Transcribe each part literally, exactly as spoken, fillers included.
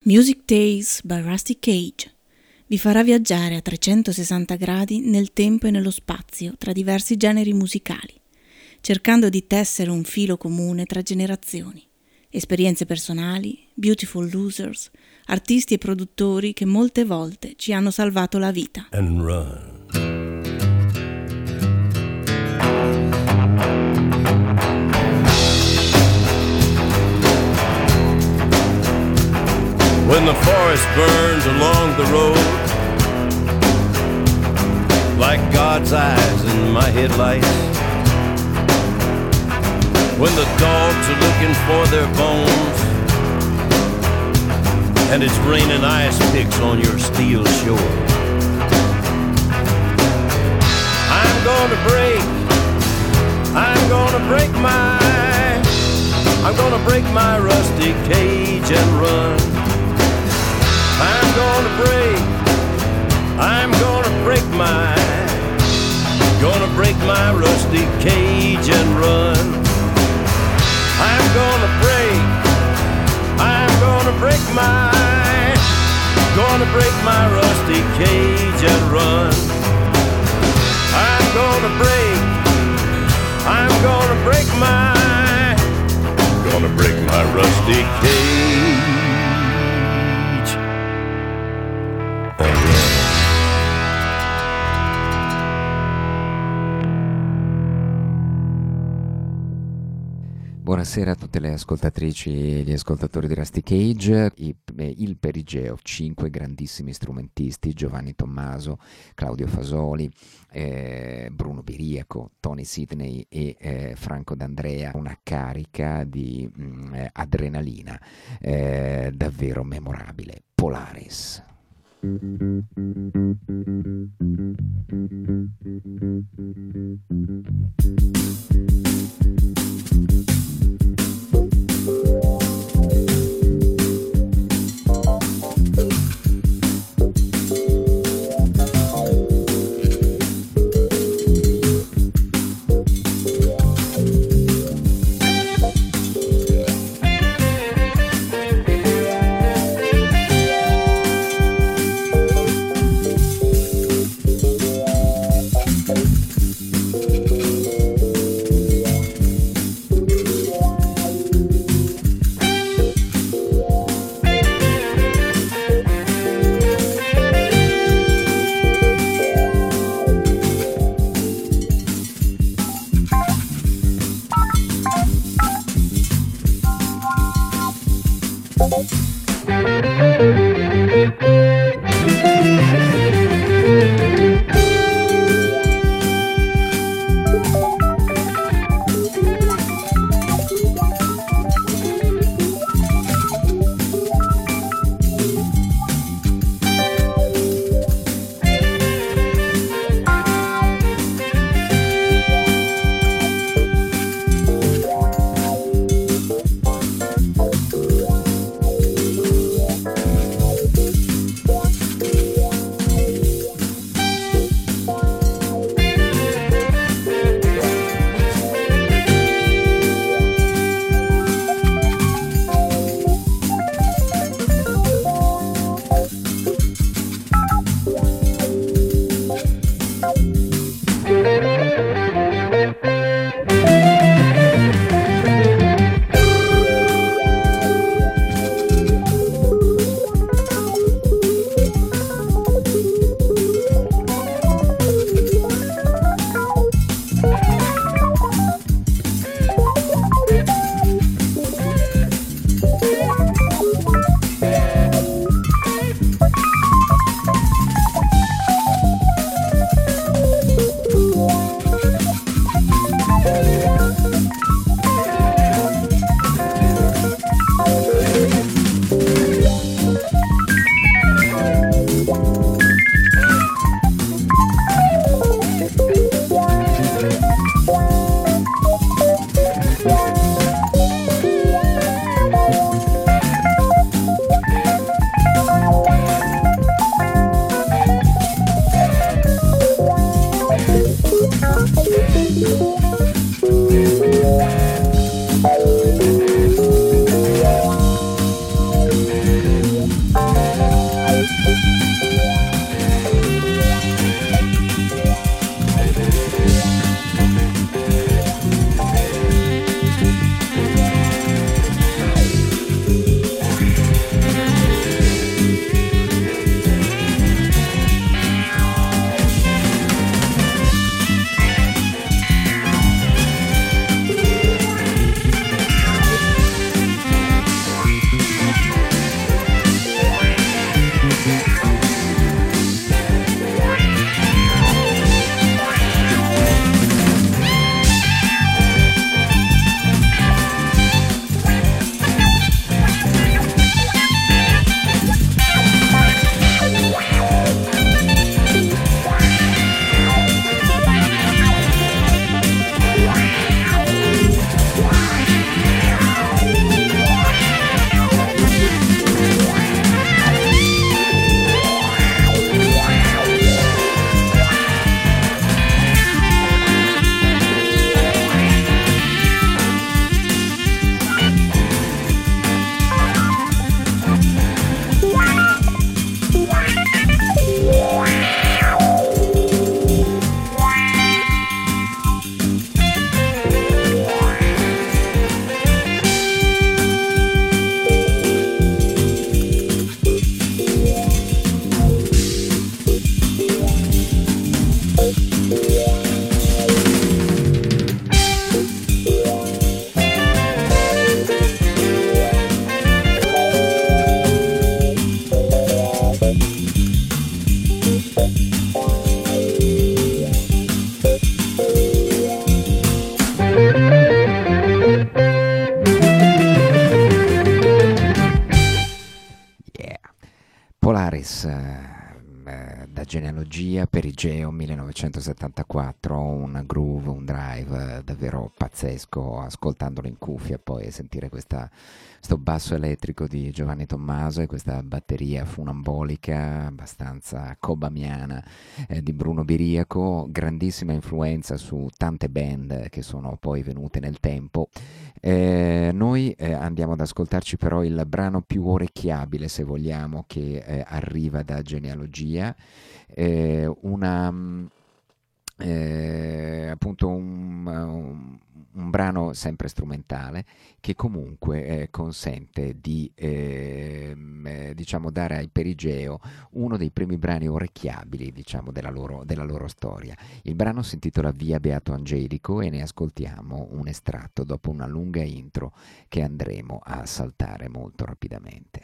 Music Days by Rusty Cage vi farà viaggiare a trecentosessanta gradi nel tempo e nello spazio tra diversi generi musicali, cercando di tessere un filo comune tra generazioni, esperienze personali, beautiful losers, artisti e produttori che molte volte ci hanno salvato la vita. And run. When the forest burns along the road, like God's eyes in my headlights, when the dogs are looking for their bones, and it's raining ice picks on your steel shore, I'm gonna break, I'm gonna break my, I'm gonna break my rusty cage and run. I'm gonna break, I'm gonna break my, gonna break my rusty cage and run. I'm gonna break, I'm gonna break my, gonna break my rusty cage and run. I'm gonna break, I'm gonna break my, gonna break my rusty cage. Buonasera a tutte le ascoltatrici e gli ascoltatori di Rusty Cage. Il Perigeo, cinque grandissimi strumentisti: Giovanni Tommaso, Claudio Fasoli, eh, Bruno Biriaco, Tony Sidney e eh, Franco D'Andrea. Una carica di mh, adrenalina eh, davvero memorabile. Polaris. Polaris, eh, da Genealogia, Perigeo millenovecentosettantaquattro, un groove, un drive eh, davvero pazzesco, ascoltandolo in cuffia poi e sentire questa, questo basso elettrico di Giovanni Tommaso e questa batteria funambolica abbastanza cobamiana eh, di Bruno Biriaco, grandissima influenza su tante band che sono poi venute nel tempo. Eh, noi eh, andiamo ad ascoltarci però il brano più orecchiabile, se vogliamo, che eh, arriva da Genealogia, eh, una mh, eh, appunto un, un, un brano sempre strumentale che comunque eh, consente di eh, eh, diciamo dare ai Perigeo uno dei primi brani orecchiabili, diciamo, della loro, della loro storia. Il brano si intitola Via Beato Angelico e ne ascoltiamo un estratto dopo una lunga intro che andremo a saltare molto rapidamente.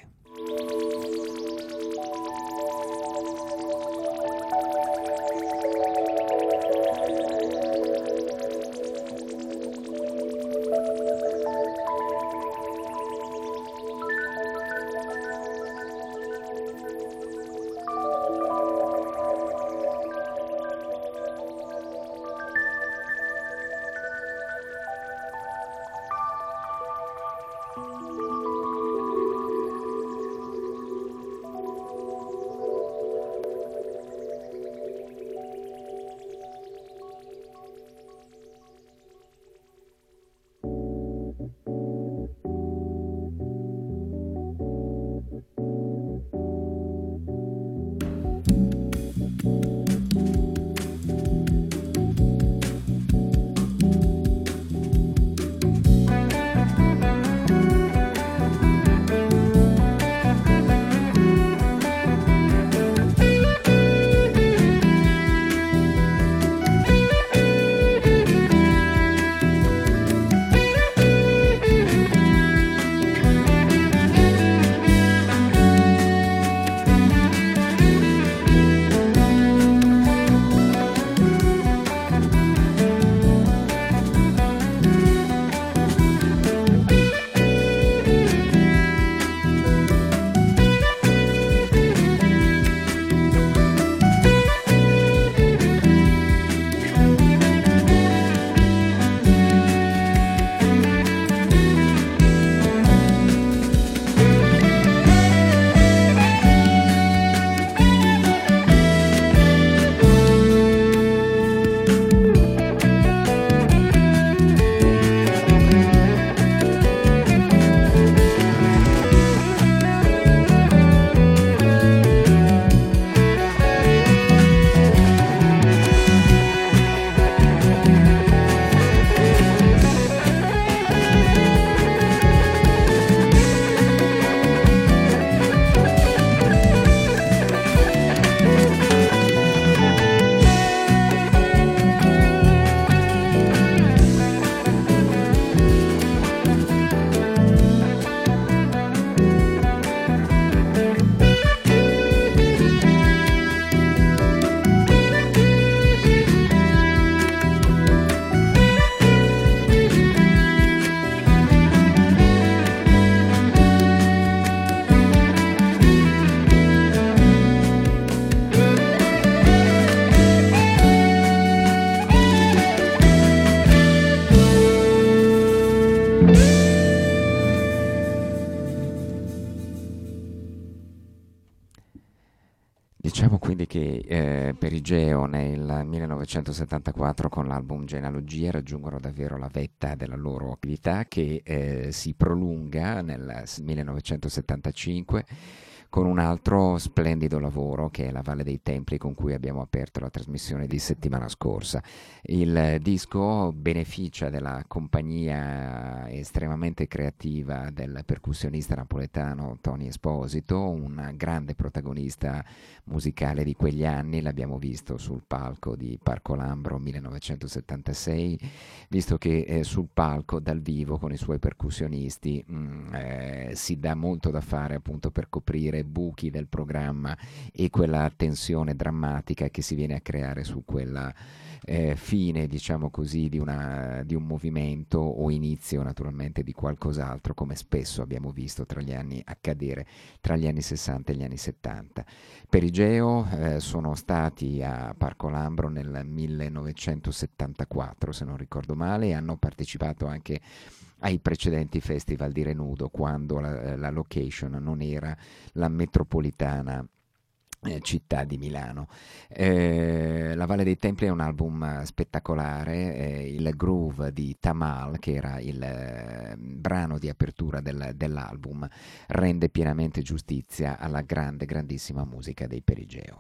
Diciamo quindi che eh, Perigeo nel millenovecentosettantaquattro con l'album Genealogia raggiungono davvero la vetta della loro attività che eh, si prolunga nel millenovecentosettantacinque con un altro splendido lavoro che è La Valle dei Templi, con cui abbiamo aperto la trasmissione di settimana scorsa. Il disco beneficia della compagnia estremamente creativa del percussionista napoletano Tony Esposito, un grande protagonista musicale di quegli anni. L'abbiamo visto sul palco di Parco Lambro millenovecentosettantasei, visto che eh, sul palco dal vivo con i suoi percussionisti mh, eh, si dà molto da fare appunto per coprire buchi del programma e quella tensione drammatica che si viene a creare su quella eh, fine, diciamo così, di, una, di un movimento o inizio naturalmente di qualcos'altro, come spesso abbiamo visto tra gli anni accadere tra gli anni sessanta e gli anni settanta. Perigeo eh, sono stati a Parco Lambro nel millenovecentosettantaquattro, se non ricordo male, e hanno partecipato anche ai precedenti festival di Renudo, quando la, la location non era la metropolitana eh, città di Milano. Eh, La Valle dei Templi è un album spettacolare, eh, il groove di Tamal, che era il eh, brano di apertura del, dell'album, rende pienamente giustizia alla grande, grandissima musica dei Perigeo.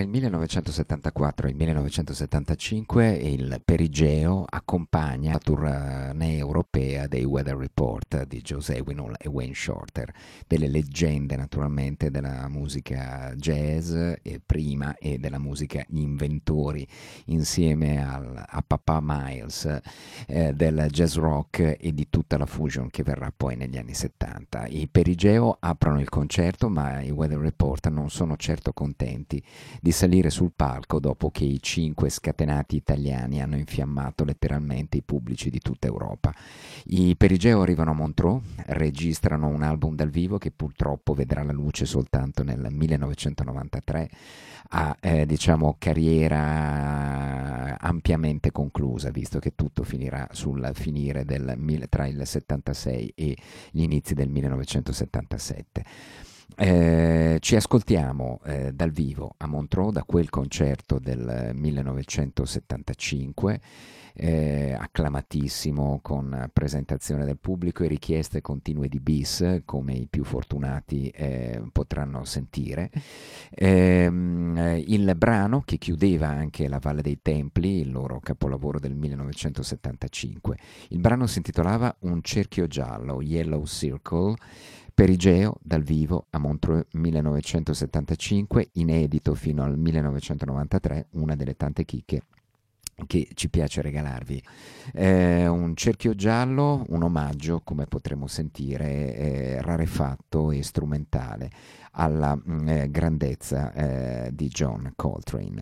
il millenovecentosettantaquattro e il millenovecentosettantacinque il perigeo accompagna la tournée europea dei Weather Report di Joe Zawinul e Wayne Shorter, delle leggende naturalmente della musica jazz e prima e della musica gli inventori insieme al, a Papa Miles eh, del jazz rock e di tutta la fusion che verrà poi negli anni settanta. I perigeo aprono il concerto, ma i Weather Report non sono certo contenti di salire sul palco dopo che i cinque scatenati italiani hanno infiammato letteralmente i pubblici di tutta Europa. I perigeo arrivano a Montreux, registrano un album dal vivo che purtroppo vedrà la luce soltanto nel millenovecentonovantatré, a eh, diciamo carriera ampiamente conclusa, visto che tutto finirà sul finire del, tra il settantasei e gli inizi del millenovecentosettantasette. Eh, ci ascoltiamo eh, dal vivo a Montreux da quel concerto del millenovecentosettantacinque, eh, acclamatissimo, con presentazione del pubblico e richieste continue di bis, come i più fortunati eh, potranno sentire. Eh, il brano che chiudeva anche La Valle dei Templi, il loro capolavoro del millenovecentosettantacinque. Il brano si intitolava Un cerchio giallo, Yellow Circle. Perigeo dal vivo a Montreux millenovecentosettantacinque, inedito fino al millenovecentonovantatré, una delle tante chicche che ci piace regalarvi. Eh, un cerchio giallo, un omaggio, come potremo sentire, eh, rarefatto e strumentale alla mh, eh, grandezza eh, di John Coltrane.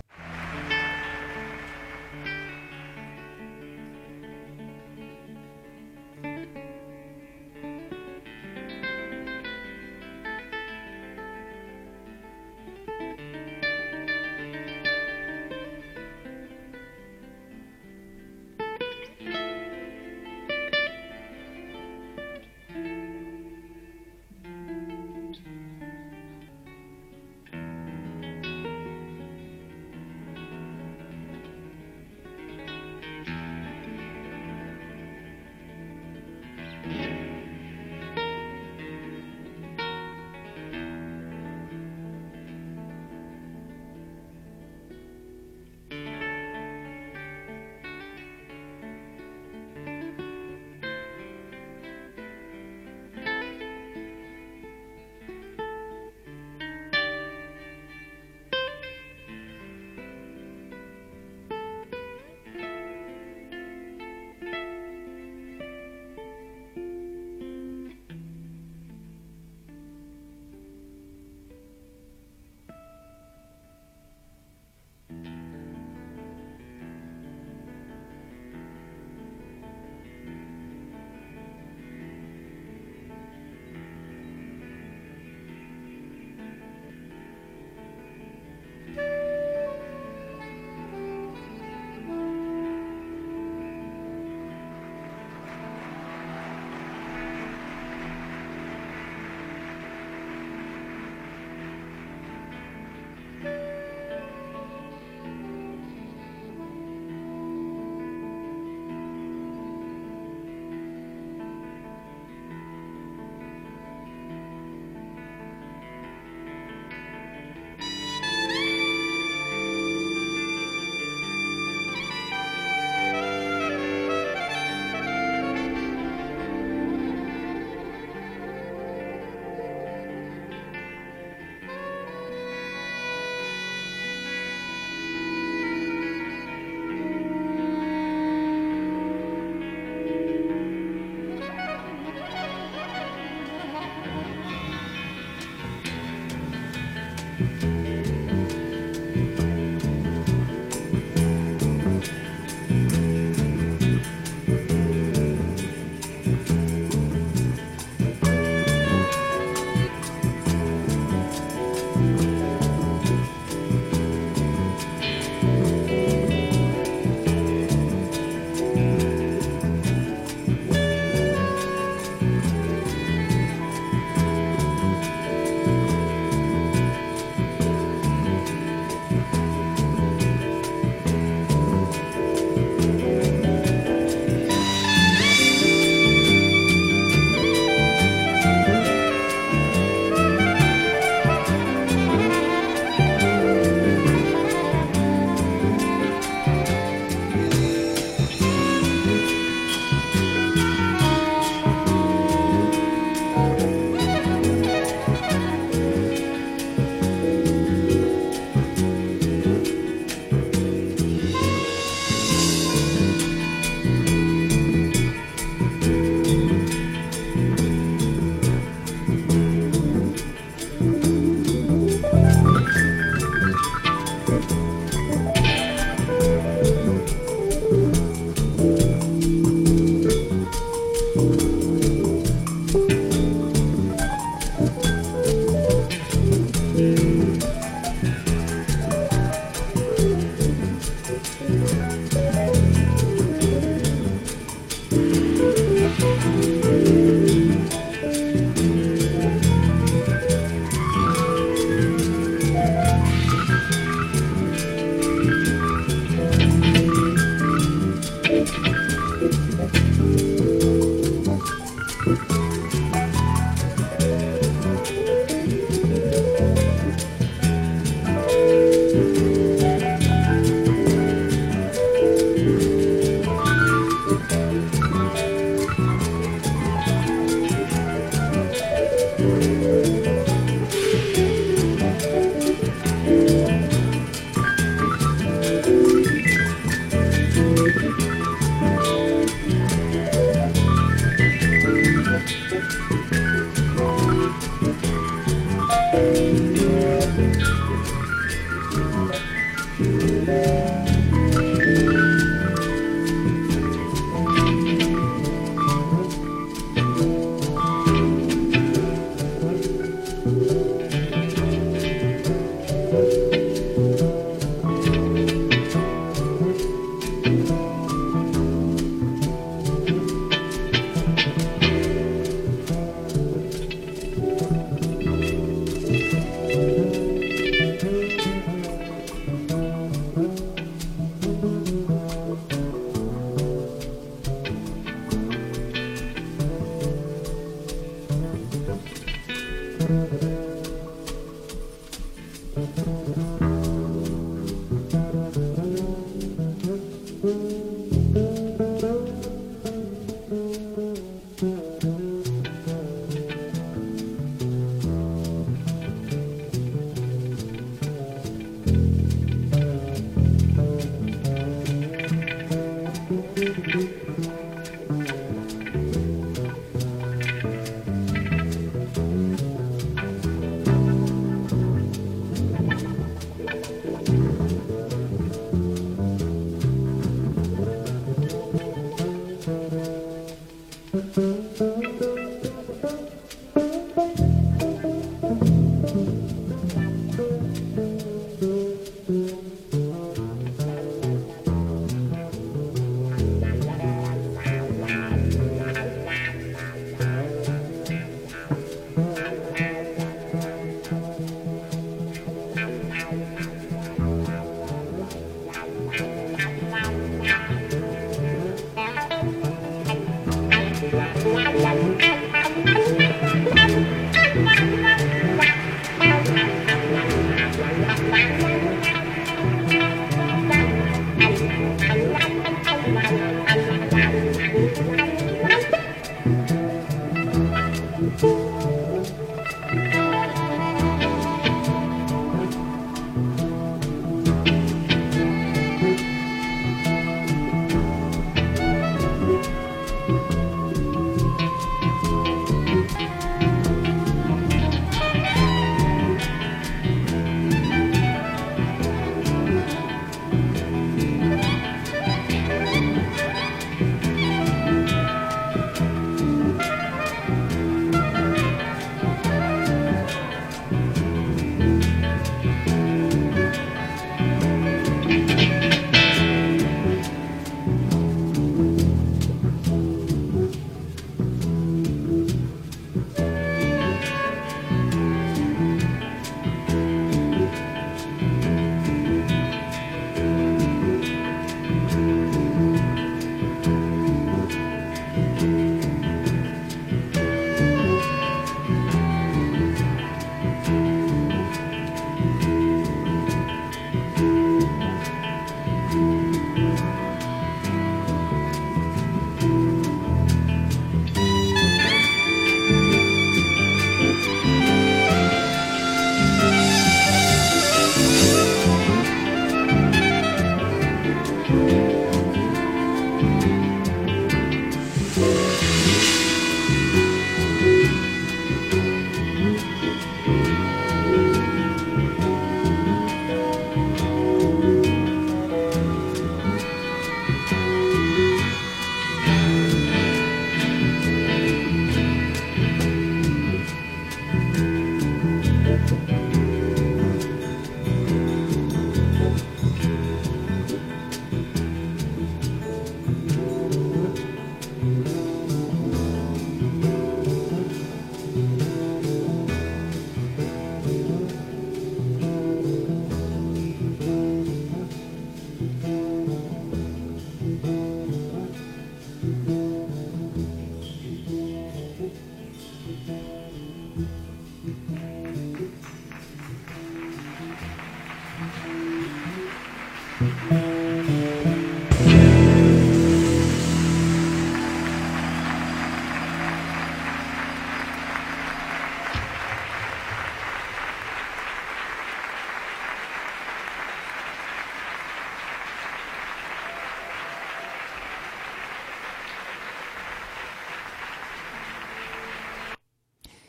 Gli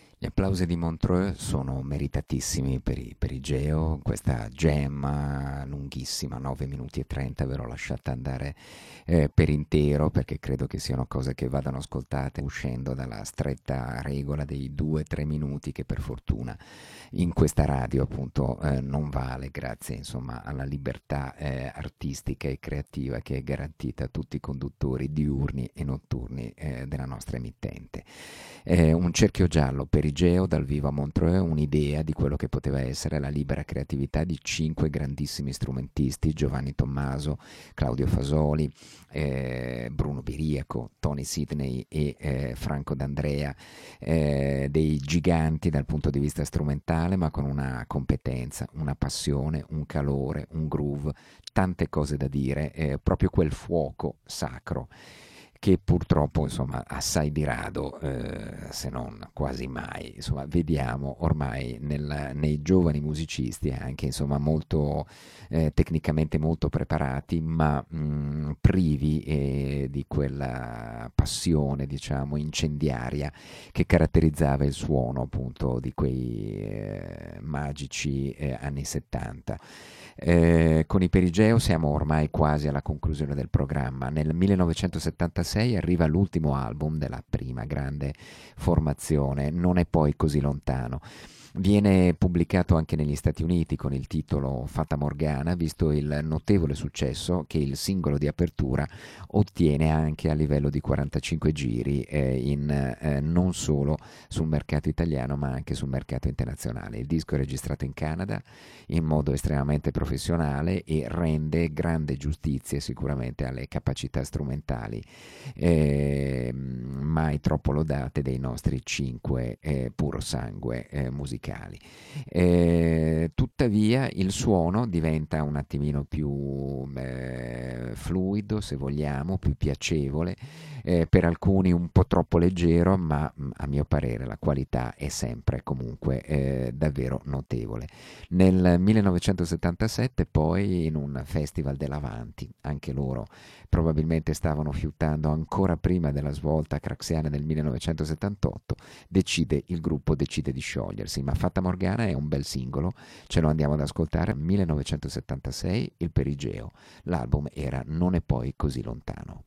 applausi di Montreux sono meritatissimi per i, per i Geo, questa jam lunghissima, nove minuti e trenta, ve l'ho lasciata andare eh, per intero perché credo che siano cose che vadano ascoltate uscendo dalla stretta regola dei due tre minuti che per fortuna in questa radio appunto eh, non vale, grazie insomma alla libertà eh, artistica e creativa che è garantita a tutti i conduttori diurni e notturni eh, della nostra emittente. Eh, un cerchio giallo perigeo dal vivo a Montreux, un'idea di quello che poteva essere la libera creatività di cinque grandissimi strumentisti: Giovanni Tommaso, Claudio Fasoli, eh, Bruno Biriaco, Tony Sidney e eh, Franco D'Andrea, eh, dei giganti dal punto di vista strumentale, ma con una competenza, una passione, un calore, un groove, tante cose da dire, eh, proprio quel fuoco sacro che purtroppo insomma assai di rado, eh, se non quasi mai, insomma vediamo ormai nel, nei giovani musicisti, anche insomma molto eh, tecnicamente molto preparati, ma mh, privi eh, di quella passione diciamo incendiaria che caratterizzava il suono appunto di quei eh, magici eh, anni settanta. Eh, con i Perigeo siamo ormai quasi alla conclusione del programma. Nel millenovecentosettantasei arriva l'ultimo album della prima grande formazione, Non è poi così lontano. Viene pubblicato anche negli Stati Uniti con il titolo Fata Morgana, visto il notevole successo che il singolo di apertura ottiene anche a livello di quarantacinque giri, eh, in, eh, non solo sul mercato italiano ma anche sul mercato internazionale. Il disco è registrato in Canada in modo estremamente professionale e rende grande giustizia sicuramente alle capacità strumentali eh, mai troppo lodate dei nostri cinque eh, puro sangue eh, musicali. Eh, tuttavia il suono diventa un attimino più eh, fluido, se vogliamo, più piacevole, eh, per alcuni un po' troppo leggero, ma a mio parere la qualità è sempre comunque eh, davvero notevole. Nel millenovecentosettantasette poi in un festival dell'Avanti, anche loro probabilmente stavano fiutando ancora prima della svolta craxiana del millenovecentosettantotto, decide, il gruppo decide di sciogliersi, ma Fata Morgana è un bel singolo, ce lo andiamo ad ascoltare. Millenovecentosettantasei, il Perigeo, l'album era Non è poi così lontano.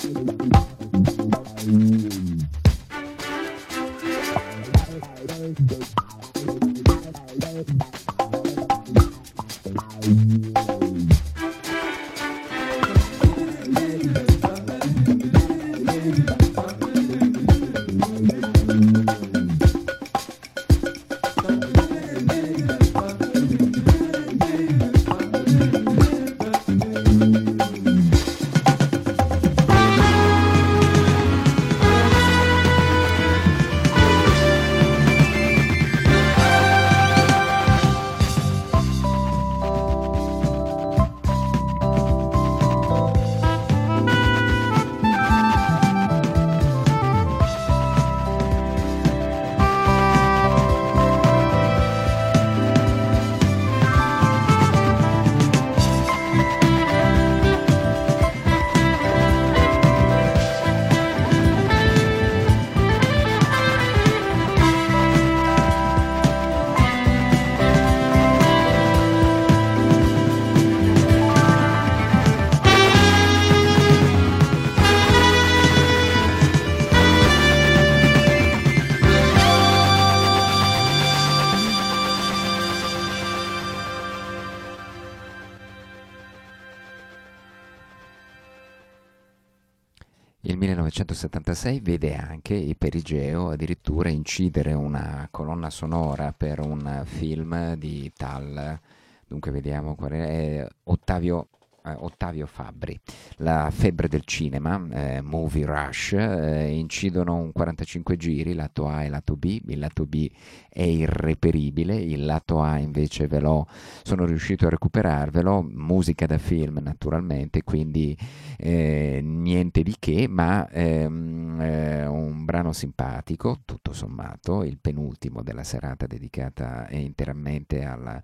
Il millenovecentosettantasei vede anche i Perigeo addirittura incidere una colonna sonora per un film di tal, dunque vediamo qual è, Ottavio, eh, Ottavio Fabbri, La febbre del cinema, eh, Movie Rush, eh, incidono un quarantacinque giri, lato A e lato B, il lato B è irreperibile, il lato A invece ve l'ho, sono riuscito a recuperarvelo, musica da film naturalmente, quindi eh, niente di che, ma ehm, eh, un brano simpatico, tutto sommato, il penultimo della serata dedicata interamente alla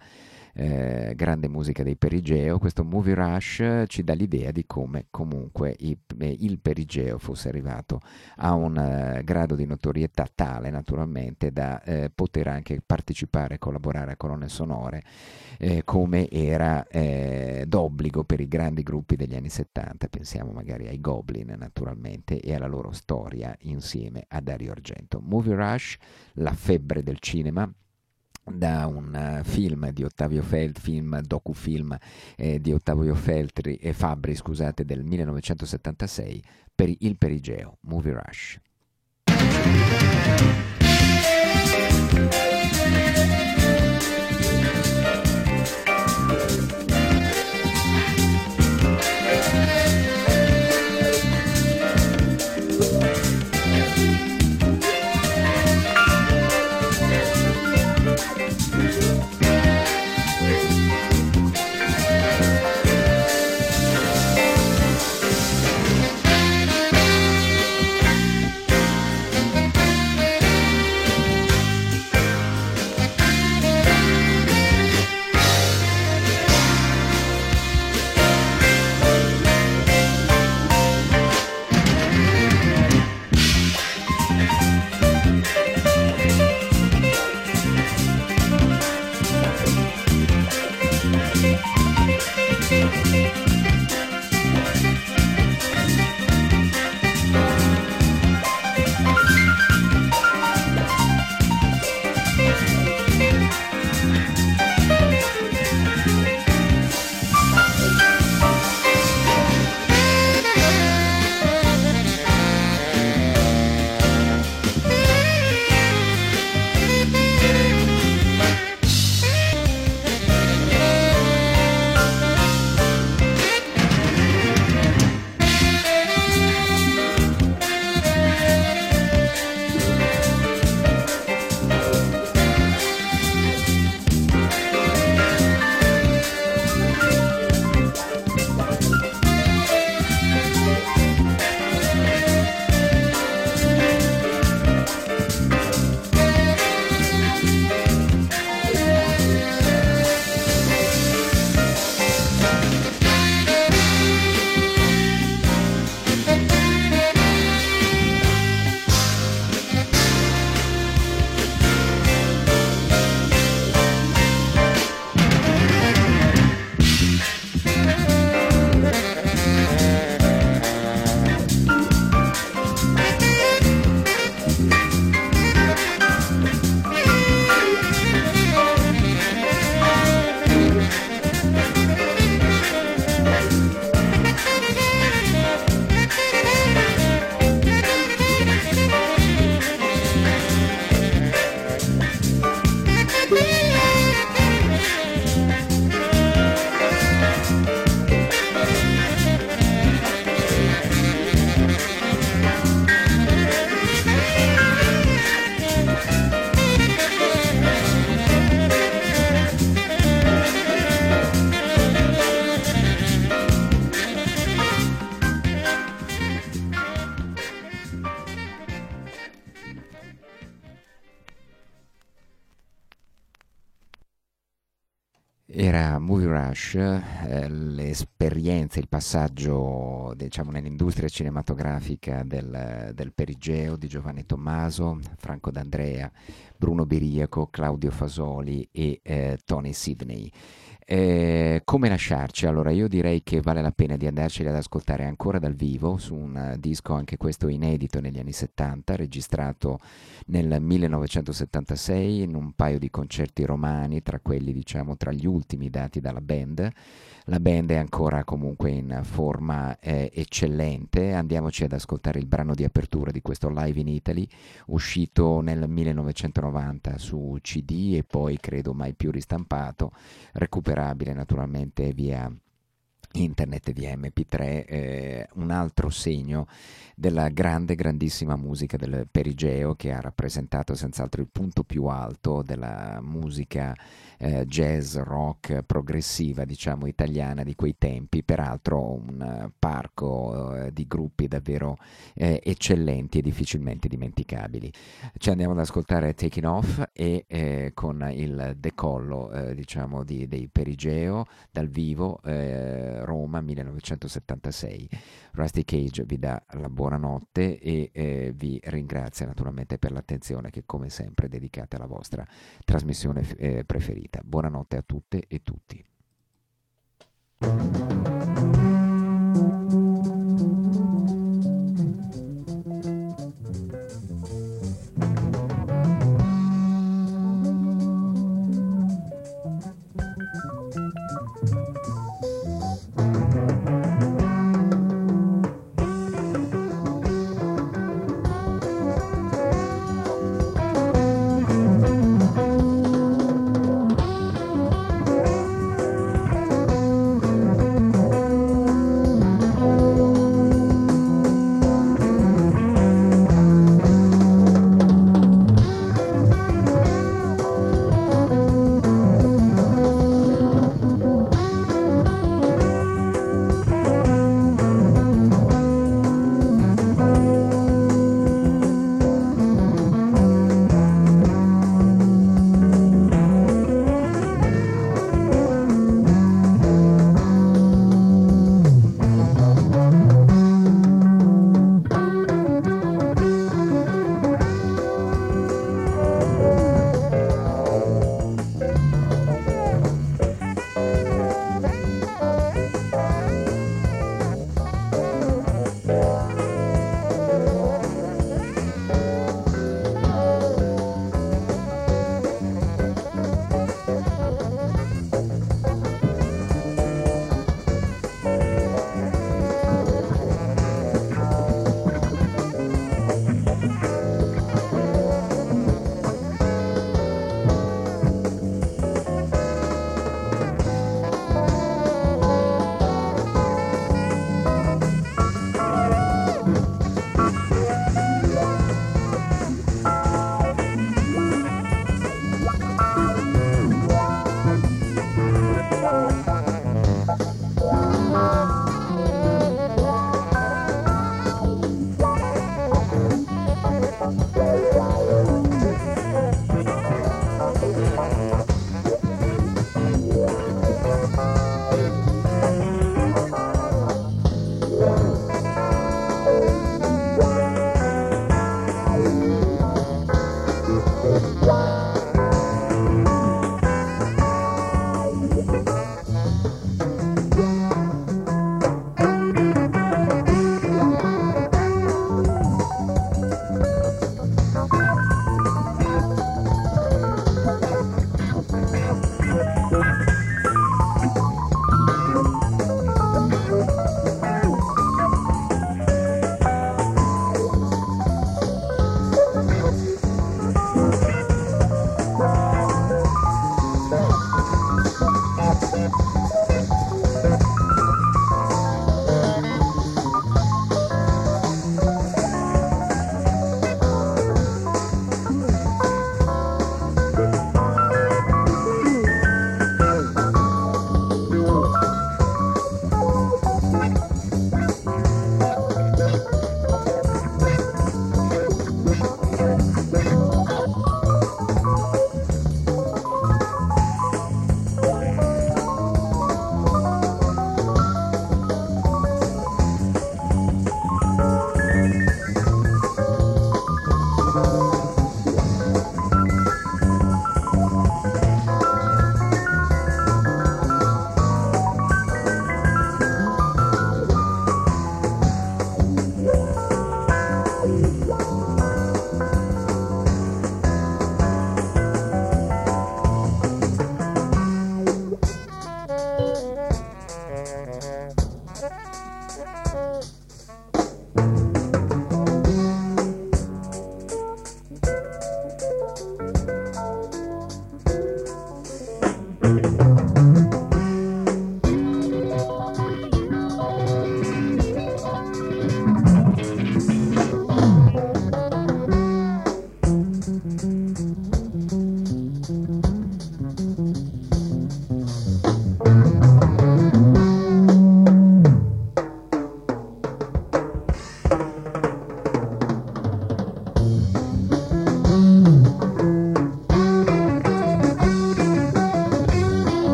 eh, grande musica dei Perigeo. Questo Movie Rush ci dà l'idea di come comunque i, eh, il Perigeo fosse arrivato a un eh, grado di notorietà tale naturalmente da eh, poter anche partecipare e collaborare a colonne sonore eh, come era eh, d'obbligo per i grandi gruppi degli anni settanta, pensiamo magari ai Goblin naturalmente e alla loro storia insieme a Dario Argento. Movie Rush, La febbre del cinema, da un uh, film di Ottavio Feltri, film docufilm eh, di Ottavio Feltri e Fabbri, scusate, del millenovecentosettantasei, per il Perigeo, Movie Rush. Era Movie Rush, eh, l'esperienza, il passaggio, diciamo, nell'industria cinematografica del, del Perigeo di Giovanni Tommaso, Franco D'Andrea, Bruno Biriaco, Claudio Fasoli e eh, Tony Sidney. Eh, come lasciarci? Allora, io direi che vale la pena di andarceli ad ascoltare ancora dal vivo su un eh, disco anche questo inedito negli anni settanta, registrato nel millenovecentosettantasei in un paio di concerti romani, tra quelli, diciamo, tra gli ultimi dati dalla band. La band è ancora comunque in forma eh, eccellente. Andiamoci ad ascoltare il brano di apertura di questo Live in Italy, uscito nel millenovecentonovanta su C D e poi credo mai più ristampato, recuperabile naturalmente via internet e via M P tre, eh, un altro segno della grande, grandissima musica del Perigeo, che ha rappresentato senz'altro il punto più alto della musica eh, jazz, rock, progressiva, diciamo, italiana di quei tempi. Peraltro un eh, parco eh, di gruppi davvero eh, eccellenti e difficilmente dimenticabili. Ci andiamo ad ascoltare Taking Off e eh, con il decollo, eh, diciamo, di, dei Perigeo dal vivo, eh, Roma millenovecentosettantasei. Rusty Cage vi dà la buonanotte e eh, vi ringrazia naturalmente per l'attenzione che come sempre dedicate alla vostra trasmissione eh, preferita. Buonanotte a tutte e tutti.